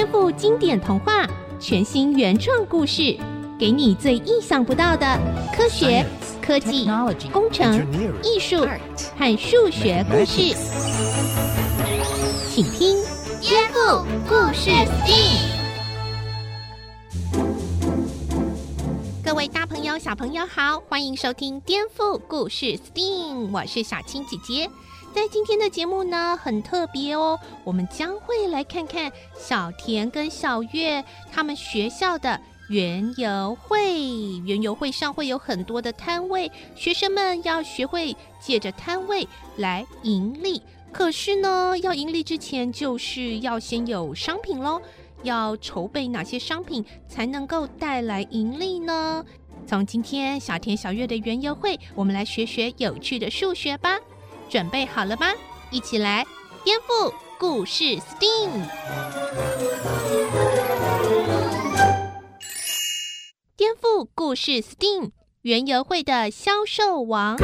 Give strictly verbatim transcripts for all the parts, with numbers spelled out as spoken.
颠覆经典童话，全新原创故事，给你最意想不到的科学、科技、工程、艺术和数学故事。请听《颠覆故事 S T E A M》。各位大朋友、小朋友好，欢迎收听《颠覆故事 S T E A M》，我是小青姐姐。在今天的节目呢，很特别哦，我们将会来看看小田跟小月他们学校的园游会。园游会上会有很多的摊位，学生们要学会借着摊位来盈利。可是呢，要盈利之前，就是要先有商品咯。要筹备哪些商品才能够带来盈利呢？从今天小田小月的园游会，我们来学学有趣的数学吧。准备好了吗？一起来颠覆故事 S T E A M。 颠覆故事 S T E A M， 园游会的销售王。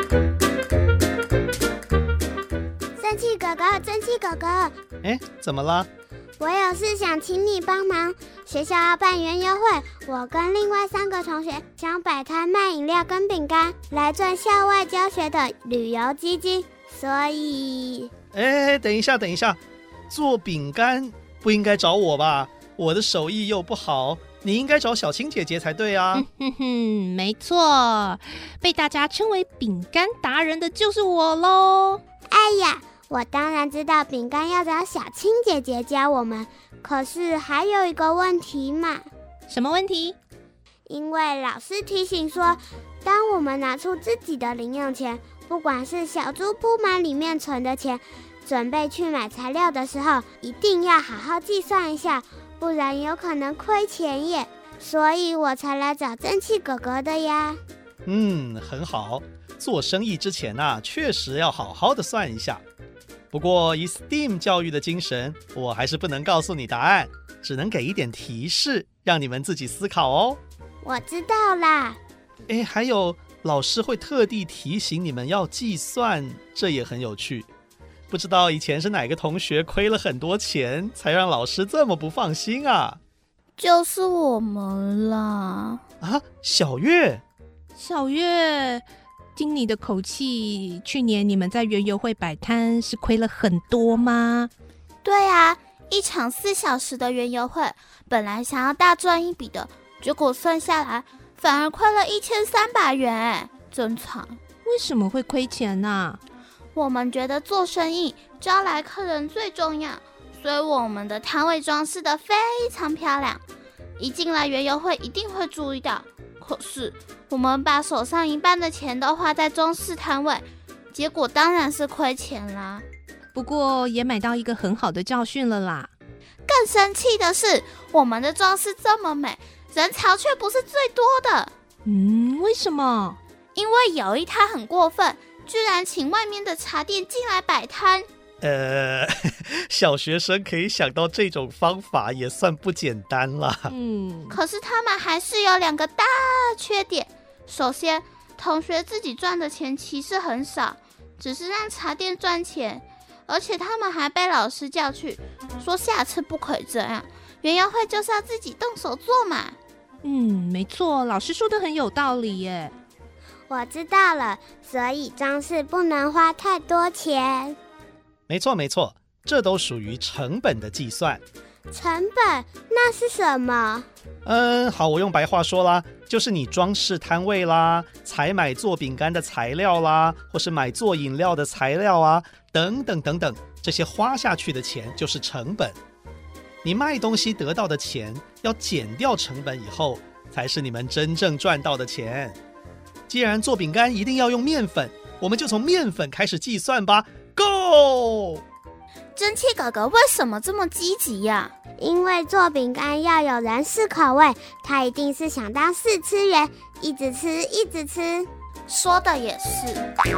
蒸汽哥哥，蒸汽哥哥， 哎，怎么了？ 我有事想请你帮忙。学校要办园游会，我跟另外三个同学想摆摊卖饮料跟饼干，来赚校外教学的旅游基金，所以…… 哎，等一下，等一下，做饼干不应该找我吧？我的手艺又不好，你应该找小青姐姐才对啊。 嗯哼哼，没错，被大家称为饼干达人的就是我咯。 哎呀，我当然知道饼干要找小青姐姐教我们，可是还有一个问题嘛。 什么问题？ 因为老师提醒说，当我们拿出自己的零用钱，不管是小猪铺满里面存的钱，准备去买材料的时候，一定要好好计算一下，不然有可能亏钱耶。所以我才来找蒸汽哥哥的呀。 嗯，很好。做生意之前啊，确实要好好的算一下。不过以 S T E A M 教育的精神，我还是不能告诉你答案，只能给一点提示，让你们自己思考哦。 我知道啦。 诶，还有老师会特地提醒你们要计算，这也很有趣。不知道以前是哪个同学亏了很多钱，才让老师这么不放心啊？ 就是我们啦。 啊，小月， 小月，听你的口气，去年你们在园游会摆摊是亏了很多吗？ 对啊，一场四小时的园游会，本来想要大赚一笔的，结果算下来反而亏了一千三百元，真惨。 为什么会亏钱啊？ 我们觉得做生意招来客人最重要，所以我们的摊位装饰得非常漂亮，一进来园游会一定会注意到。可是我们把手上一半的钱都花在装饰摊位，结果当然是亏钱啦。 不过也买到一个很好的教训了啦。 更生气的是，我们的装饰这么美，人潮却不是最多的。 嗯，为什么？ 因为有一摊很过分，居然请外面的茶店进来摆摊。 呃，小学生可以想到这种方法也算不简单了。 嗯， 可是他们还是有两个大缺点。首先，同学自己赚的钱其实很少，只是让茶店赚钱，而且他们还被老师叫去，说下次不可以这样，园游会就是要自己动手做嘛。 嗯，没错，老师说的很有道理耶。 我知道了，所以装饰不能花太多钱。 没错没错，这都属于成本的计算。 成本？那是什么？ 嗯，好，我用白话说啦，就是你装饰摊位啦，采买做饼干的材料啦，或是买做饮料的材料啊，等等等等，这些花下去的钱就是成本。你卖东西得到的钱，要减掉成本以后，才是你们真正赚到的钱。既然做饼干一定要用面粉，我们就从面粉开始计算吧。Go！ 蒸汽哥哥为什么这么积极呀？ 因为做饼干要有人试口味，他一定是想当试吃员，一直吃一直吃。 说的也是。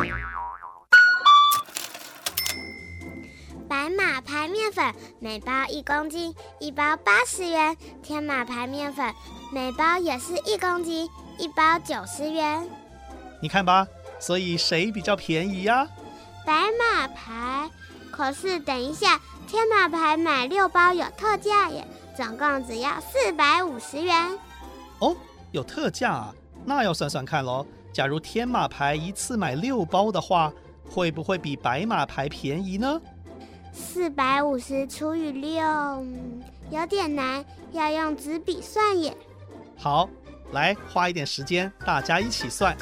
白马牌面粉每包一公斤，一包八十元；天马牌面粉每包也是一公斤，一包九十元。 你看吧，所以谁比较便宜呀？ 白马牌，可是等一下， 天马牌买六包有特价耶，总共只要四百五十元。 哦，有特价啊，那要算算看咯。假如天马牌一次买六包的话，会不会比白马牌便宜呢？ 四百五十除以六，有点难，要用纸笔算耶。 好，来花一点时间，大家一起算。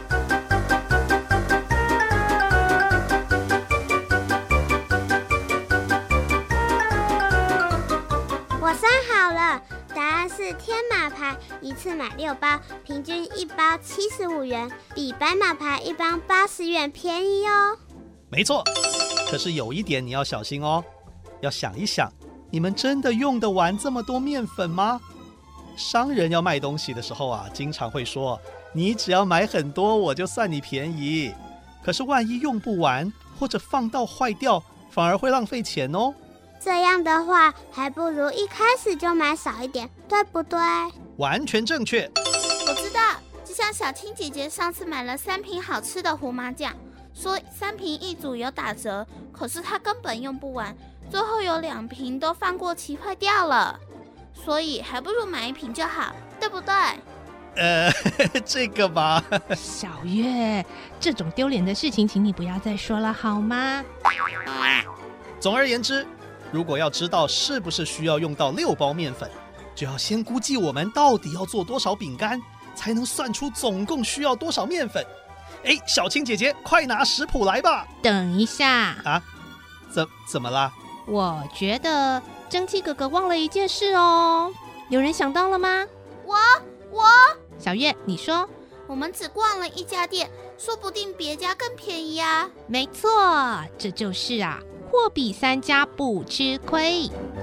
我算好了，答案是天马牌一次买六包，平均一包七十五元，比白马牌一包八十元便宜哦。 没错，可是有一点你要小心哦，要想一想，你们真的用得完这么多面粉吗？商人要卖东西的时候啊，经常会说，你只要买很多，我就算你便宜。可是万一用不完，或者放到坏掉，反而会浪费钱哦。 这样的话，还不如一开始就买少一点，对不对？ 完全正确。 我知道，就像小青姐姐上次买了三瓶好吃的胡麻酱，说三瓶一组有打折，可是她根本用不完，最后有两瓶都放过期坏掉了，所以还不如买一瓶就好，对不对？ 呃，这个吧。 小月，这种丢脸的事情，请你不要再说了好吗？ 总而言之，如果要知道是不是需要用到六包面粉，就要先估计我们到底要做多少饼干，才能算出总共需要多少面粉。哎，小青姐姐，快拿食谱来吧！ 等一下啊，怎怎么啦？ 我觉得蒸汽哥哥忘了一件事哦，有人想到了吗？ 我我小月，你说。 我们只逛了一家店，说不定别家更便宜啊。 没错，这就是啊，货比三家不吃亏。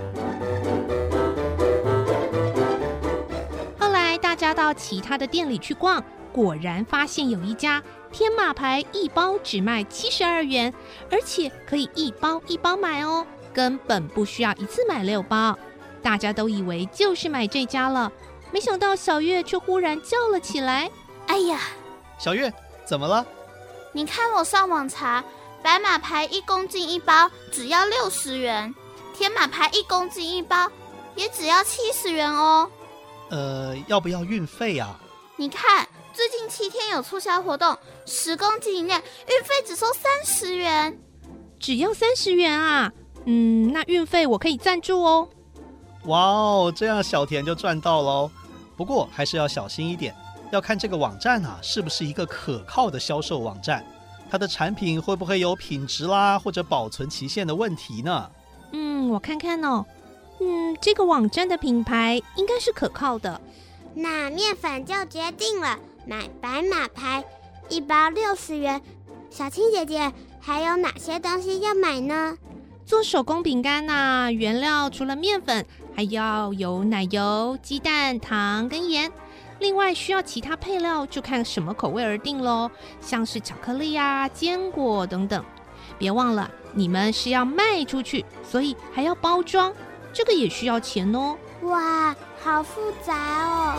后来大家到其他的店里去逛，果然发现有一家天马牌一包只卖七十二元，而且可以一包一包买哦，根本不需要一次买六包。大家都以为就是买这家了，没想到小月却忽然叫了起来： 哎呀， 小月，怎么了？ 你看我上网查，白马牌一公斤一包只要六十元，天马牌一公斤一包也只要七十元哦。 呃，要不要运费啊？ 你看，最近七天有促销活动，十公斤以内运费只收三十元， 只要三十元啊？嗯，那运费我可以赞助哦。 哇哦，这样小田就赚到喽。不过还是要小心一点，要看这个网站啊是不是一个可靠的销售网站，它的产品会不会有品质啦或者保存期限的问题呢？ 嗯，我看看哦。嗯，这个网站的品牌应该是可靠的。 那面粉就决定了，买白马牌一包六十元。小青姐姐，还有哪些东西要买呢？ 做手工饼干啊，原料除了面粉，还要有奶油、鸡蛋、糖跟盐。另外需要其他配料，就看什么口味而定咯，像是巧克力啊、坚果等等。别忘了，你们是要卖出去，所以还要包装，这个也需要钱哦。 哇，好复杂哦。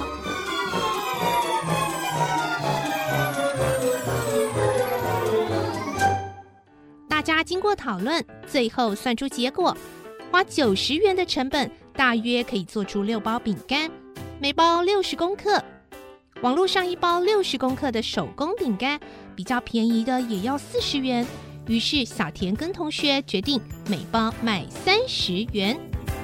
大家经过讨论，最后算出结果，花九十元的成本，大约可以做出六包饼干，每包六十公克。网络上一包六十公克的手工饼干，比较便宜的也要四十元。于是小田跟同学决定每包卖三十元。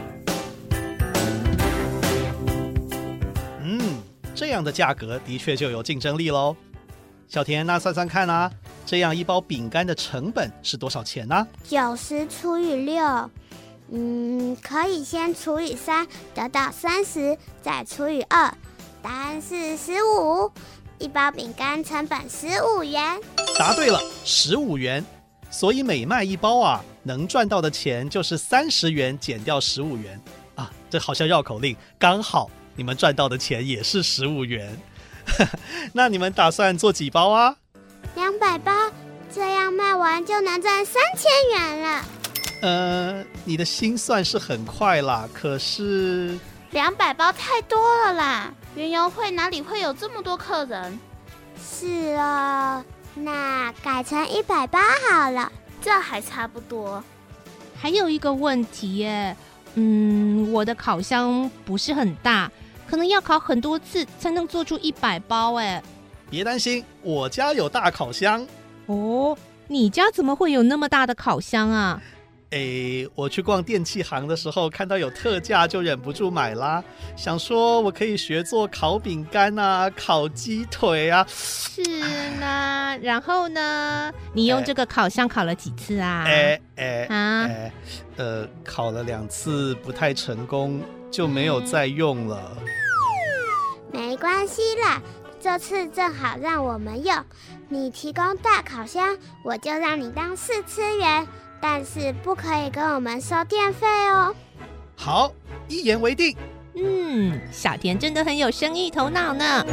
嗯，这样的价格的确就有竞争力咯。小田，那算算看啊，这样一包饼干的成本是多少钱呢？ 九十除以六，嗯，可以先除以三，得到三十，再除以二，答案是十五。一包饼干成本十五元。 答对了，十五元。所以每卖一包啊，能赚到的钱就是三十元减掉十五元啊，这好像绕口令，刚好你们赚到的钱也是十五元。那你们打算做几包啊？ 两百包，这样卖完就能赚三千元了。 呃，你的心算是很快啦，可是两百包太多了啦，园游会哪里会有这么多客人？ 是哦，那改成一百包好了。 这还差不多。 还有一个问题耶，嗯，我的烤箱不是很大，可能要烤很多次才能做出一百包哎。 别担心，我家有大烤箱。 哦，你家怎么会有那么大的烤箱啊？ 诶，我去逛电器行的时候看到有特价就忍不住买啦，想说我可以学做烤饼干啊，烤鸡腿啊。 是呢，然后呢，你用这个烤箱烤了几次啊？ 诶诶啊诶，呃，烤了两次不太成功，就没有再用了。 没关系啦，这次正好让我们用。你提供大烤箱，我就让你当试吃员。但是不可以跟我们收电费哦。 好，一言为定。 嗯，小田真的很有生意头脑呢。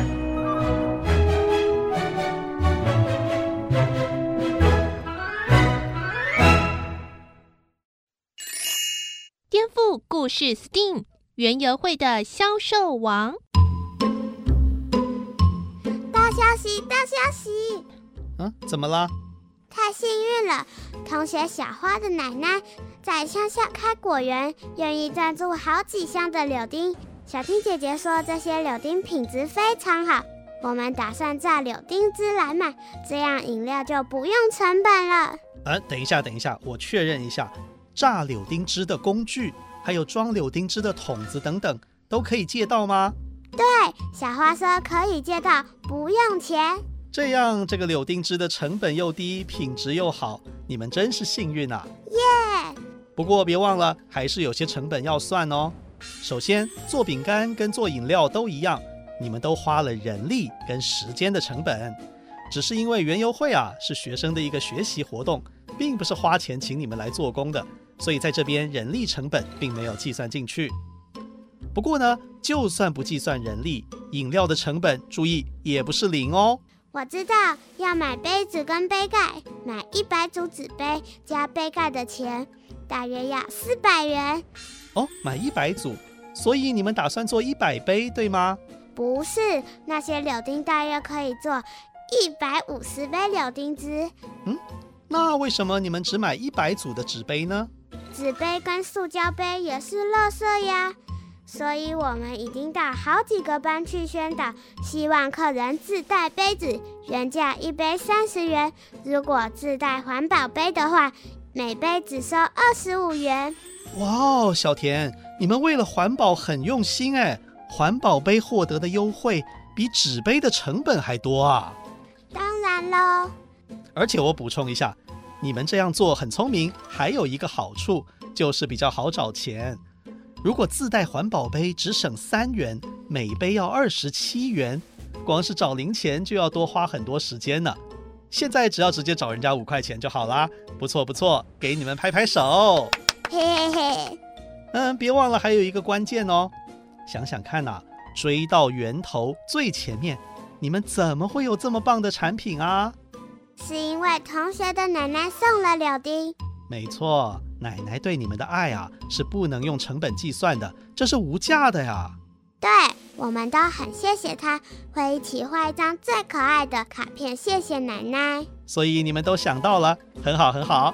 颠覆故事 Steam 园游会的销售王。 大消息，大消息！ 嗯，怎么啦？ 太幸运了，同学小花的奶奶在乡下开果园，愿意赞助好几箱的柳丁。小婷姐姐说这些柳丁品质非常好，我们打算榨柳丁汁来卖，这样饮料就不用成本了。 呃，等一下，等一下，我确认一下，榨柳丁汁的工具，还有装柳丁汁的桶子等等，都可以借到吗？ 对，小花说可以借到，不用钱。 这样这个柳丁汁的成本又低，品质又好，你们真是幸运啊！ 耶、yeah! 不过别忘了，还是有些成本要算哦。首先，做饼干跟做饮料都一样，你们都花了人力跟时间的成本。只是因为园游会啊是学生的一个学习活动，并不是花钱请你们来做工的，所以在这边人力成本并没有计算进去。不过呢，就算不计算人力，饮料的成本注意也不是零哦。 我知道要买杯子跟杯盖，买一百组纸杯加杯盖的钱大约要四百元。 哦，买一百组，所以你们打算做一百杯，对吗？ 不是，那些柳丁大约可以做一百五十杯柳丁汁。 嗯，那为什么你们只买一百组的纸杯呢？ 纸杯跟塑胶杯也是垃圾呀。所以我们已经到好几个班去宣导，希望客人自带杯子，原价一杯三十元，如果自带环保杯的话，每杯只收二十五元。 哇哦，小田，你们为了环保很用心哎！环保杯获得的优惠比纸杯的成本还多啊！ 当然喽。 而且我补充一下，你们这样做很聪明，还有一个好处就是比较好找钱。如果自带环保杯只省三元，每杯要二十七元，光是找零钱就要多花很多时间呢。现在只要直接找人家五块钱就好啦，不错不错，给你们拍拍手。 嘿嘿嘿。 嗯，别忘了还有一个关键哦，想想看啊，追到源头最前面，你们怎么会有这么棒的产品啊？ 是因为同学的奶奶送了柳丁。 没错，奶奶对你们的爱啊，是不能用成本计算的，这是无价的呀。 对，我们都很谢谢她，会一起画一张最可爱的卡片，谢谢奶奶。 所以你们都想到了，很好很好。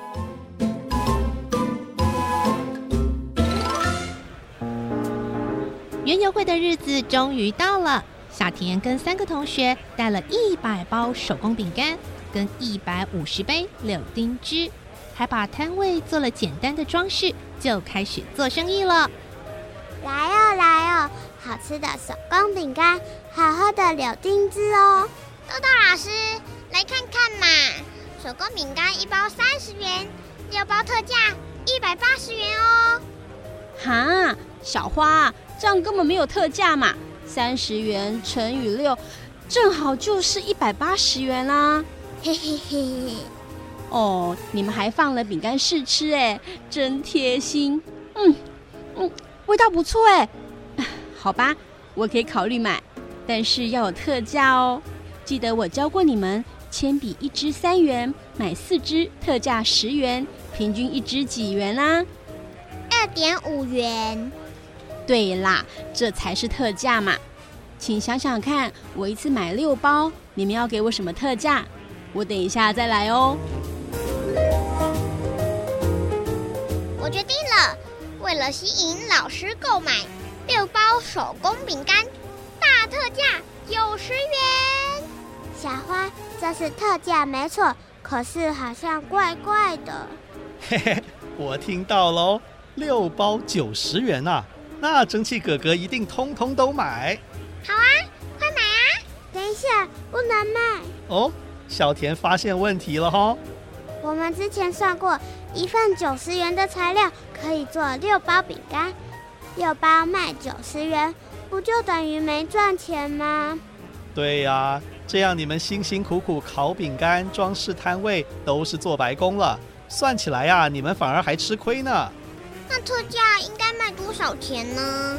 园游会的日子终于到了，小田跟三个同学带了一百包手工饼干，跟一百五十杯柳丁汁。还把摊位做了简单的装饰，就开始做生意了。 来哦来哦，好吃的手工饼干，好喝的柳丁汁哦。 豆豆老师，来看看嘛，手工饼干一包三十元，六包特价一百八十元哦。 哈，小花，这样根本没有特价嘛，三十元乘以六，正好就是一百八十元啦。 嘿嘿嘿。 哦，你们还放了饼干试吃哎，真贴心。嗯嗯，味道不错哎。好吧，我可以考虑买，但是要有特价哦。记得我教过你们，铅笔一支三元，买四支特价十元，平均一支几元啊？ 二点五元。 对啦，这才是特价嘛。请想想看，我一次买六包，你们要给我什么特价？我等一下再来哦。 我我决定了，为了吸引老师购买，六包手工饼干，大特价九十元。 小花，这是特价没错，可是好像怪怪的。 嘿嘿，我听到喽，六包九十元啊，那蒸汽哥哥一定通通都买。 好啊，快买啊！ 等一下，不能卖。 哦，小田发现问题了吼。 我们之前算过，一份九十元的材料可以做六包饼干，六包卖九十元，不就等于没赚钱吗？ 对呀、啊，这样你们辛辛苦苦烤饼干、装饰摊位都是做白工了，算起来呀、啊，你们反而还吃亏呢。 那特价应该卖多少钱呢？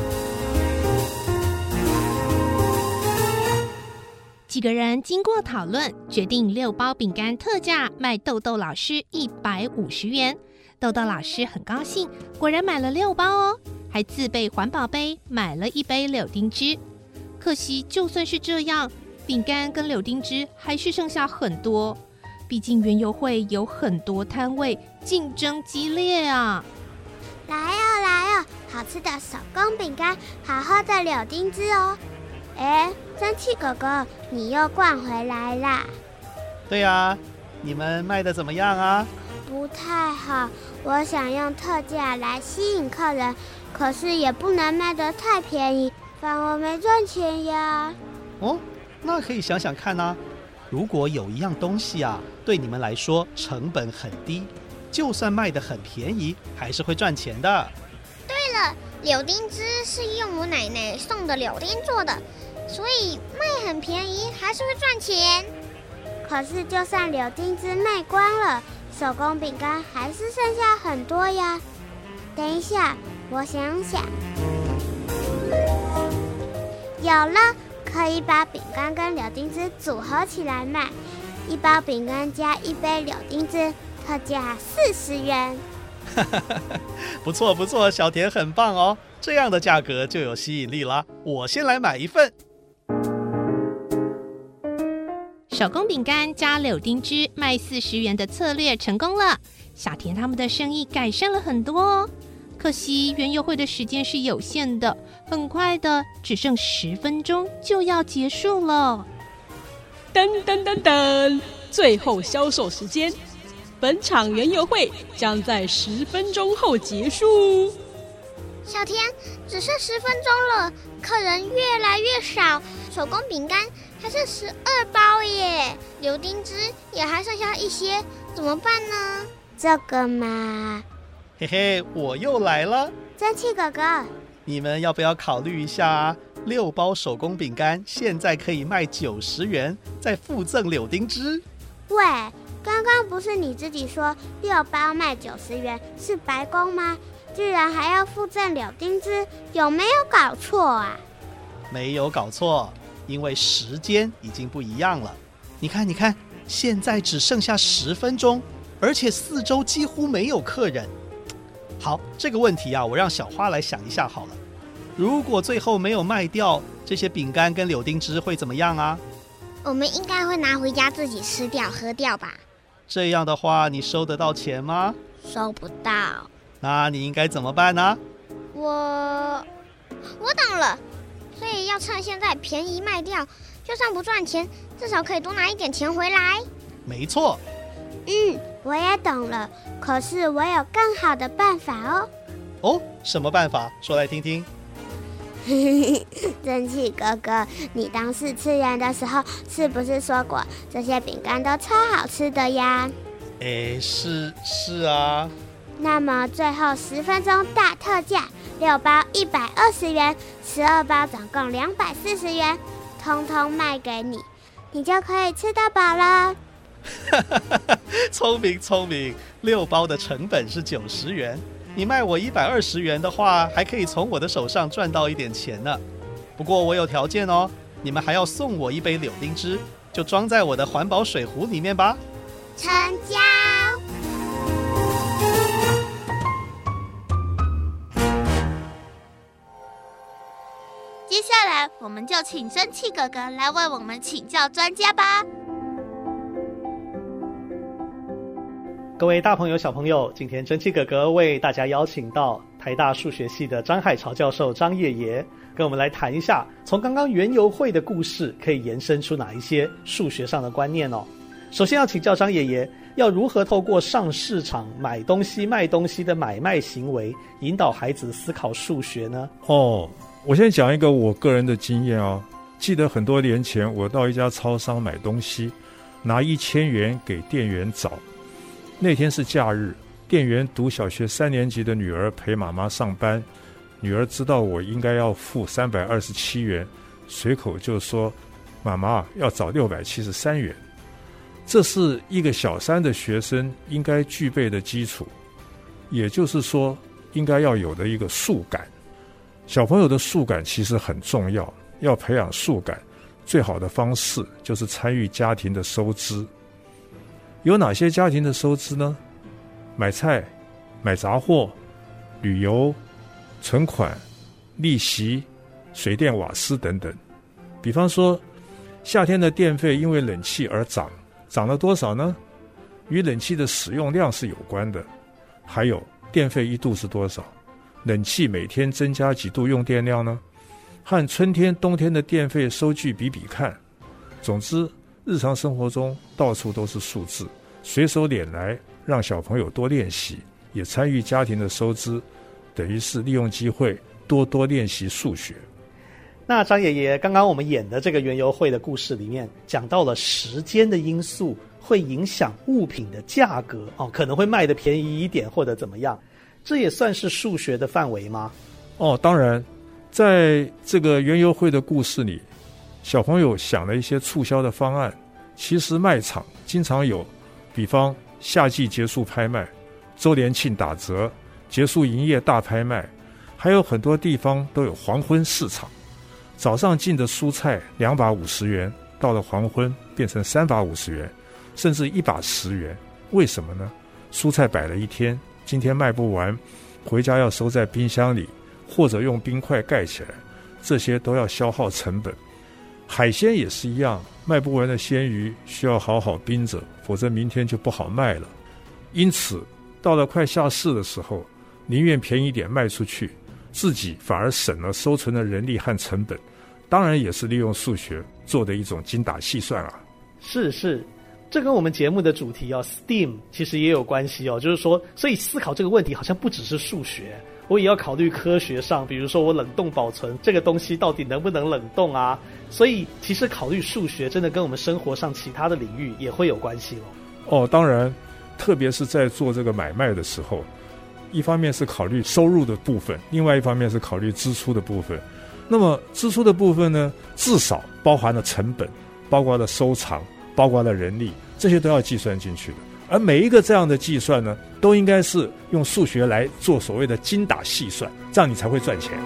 几个人经过讨论，决定六包饼干特价卖豆豆老师一百五十元。豆豆老师很高兴，果然买了六包哦，还自备环保杯，买了一杯柳丁汁。可惜就算是这样，饼干跟柳丁汁还是剩下很多，毕竟园游会有很多摊位，竞争激烈啊。 来哦来哦，好吃的手工饼干，好喝的柳丁汁哦。哎，蒸汽哥哥，你又逛回来啦？ 对呀、啊，你们卖的怎么样啊？ 不太好，我想用特价来吸引客人，可是也不能卖得太便宜，反而没赚钱呀。 哦，那可以想想看啊，如果有一样东西啊，对你们来说成本很低，就算卖得很便宜，还是会赚钱的。 对了，柳丁汁是用我奶奶送的柳丁做的，所以卖很便宜，还是会赚钱。 可是就算柳丁汁卖光了，手工饼干还是剩下很多呀。等一下，我想想，有了，可以把饼干跟柳丁汁组合起来卖，一包饼干加一杯柳丁汁，特价四十元。 不错不错，小田很棒哦，这样的价格就有吸引力啦。我先来买一份。 手工饼干加柳丁汁卖四十元的策略成功了，小田他们的生意改善了很多哦。可惜园游会的时间是有限的，很快的，只剩十分钟就要结束了。 噔噔噔噔，最后销售时间，本场园游会将在十分钟后结束。 小田，只剩十分钟了，客人越来越少，手工饼干还剩十二包耶，柳丁汁也还剩下一些，怎么办呢？ 这个嘛， 嘿嘿，我又来了。 蒸汽哥哥， 你们要不要考虑一下啊？六包手工饼干现在可以卖九十元，再附赠柳丁汁。 喂，刚刚不是你自己说六包卖九十元是白工吗？居然还要附赠柳丁汁，有没有搞错啊？ 没有搞错，因为时间已经不一样了。你看，你看，现在只剩下十分钟，而且四周几乎没有客人。好，这个问题啊，我让小花来想一下好了。如果最后没有卖掉这些饼干跟柳丁汁，会怎么样啊？ 我们应该会拿回家自己吃掉喝掉吧？ 这样的话，你收得到钱吗？ 收不到。 那你应该怎么办呢？ 我我懂了，所以要趁现在便宜卖掉，就算不赚钱，至少可以多拿一点钱回来。 没错。 嗯，我也懂了，可是我有更好的办法哦。 哦，什么办法？说来听听。 蒸汽哥哥，你当试吃人的时候，是不是说过这些饼干都超好吃的呀？ 诶，是是啊。 那么最后十分钟大特价，六包一百二十元，十二包总共两百四十元，通通卖给你，你就可以吃到饱了。 聪明聪明，六包的成本是九十元，你卖我一百二十元的话，还可以从我的手上赚到一点钱呢。不过我有条件哦，你们还要送我一杯柳丁汁，就装在我的环保水壶里面吧。 成交。 接下来，我们就请蒸汽哥哥来为我们请教专家吧。 各位大朋友小朋友，今天真奇哥哥为大家邀请到台大数学系的张海潮教授张爷爷，跟我们来谈一下从刚刚园游会的故事可以延伸出哪一些数学上的观念哦。首先要请教张爷爷，要如何透过上市场买东西卖东西的买卖行为引导孩子思考数学呢？ 哦，我先讲一个我个人的经验哦。记得很多年前我到一家超商买东西，拿一千元给店员找，那天是假日，店员读小学三年级的女儿陪妈妈上班，女儿知道我应该要付三百二十七元，随口就说妈妈要找六百七十三元。这是一个小三的学生应该具备的基础，也就是说应该要有的一个数感。小朋友的数感其实很重要，要培养数感最好的方式就是参与家庭的收支。有哪些家庭的收支呢？买菜、买杂货、旅游、存款、利息、水电瓦斯等等。比方说夏天的电费因为冷气而涨，涨了多少呢？与冷气的使用量是有关的。还有电费一度是多少？冷气每天增加几度用电量呢？和春天冬天的电费收据比比看。总之日常生活中到处都是数字，随手拈来，让小朋友多练习，也参与家庭的收支，等于是利用机会多多练习数学。 那张爷爷，刚刚我们演的这个园游会的故事里面讲到了时间的因素会影响物品的价格哦，可能会卖得便宜一点或者怎么样，这也算是数学的范围吗？ 哦，当然，在这个园游会的故事里，小朋友想了一些促销的方案，其实卖场经常有，比方夏季结束拍卖、周年庆打折、结束营业大拍卖，还有很多地方都有黄昏市场。早上进的蔬菜两把五十元，到了黄昏变成三把五十元，甚至一把十元。为什么呢？蔬菜摆了一天，今天卖不完，回家要收在冰箱里，或者用冰块盖起来，这些都要消耗成本。海鲜也是一样，卖不完的鲜鱼需要好好冰着，否则明天就不好卖了。因此到了快下市的时候，宁愿便宜点卖出去，自己反而省了收存的人力和成本，当然也是利用数学做的一种精打细算啊。 是是，这跟我们节目的主题哦 S T E A M 其实也有关系哦，就是说所以思考这个问题好像不只是数学，我也要考虑科学上，比如说我冷冻保存这个东西到底能不能冷冻啊，所以其实考虑数学真的跟我们生活上其他的领域也会有关系哦。 哦，当然，特别是在做这个买卖的时候，一方面是考虑收入的部分，另外一方面是考虑支出的部分。那么支出的部分呢，至少包含了成本，包括了收藏，包括了人力，这些都要计算进去的。而每一个这样的计算呢，都应该是用数学来做所谓的精打细算，这样你才会赚钱。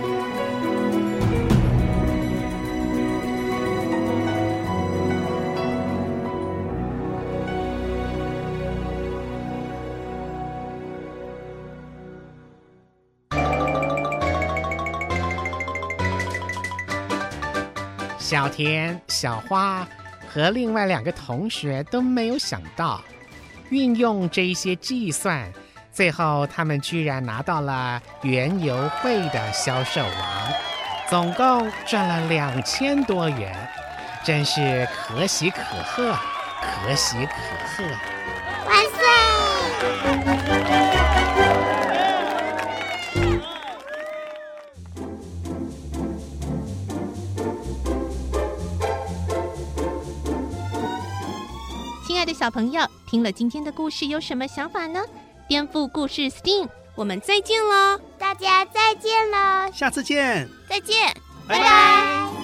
小田、小花和另外两个同学都没有想到，运用这一些计算，最后他们居然拿到了园游会的销售王，总共赚了两千多元，真是可喜可贺，可喜可贺！ 万岁！ 亲爱的小朋友，听了今天的故事有什么想法呢？颠覆故事 S T E A M， 我们再见喽！ 大家再见喽， 下次见， 再见， 拜拜。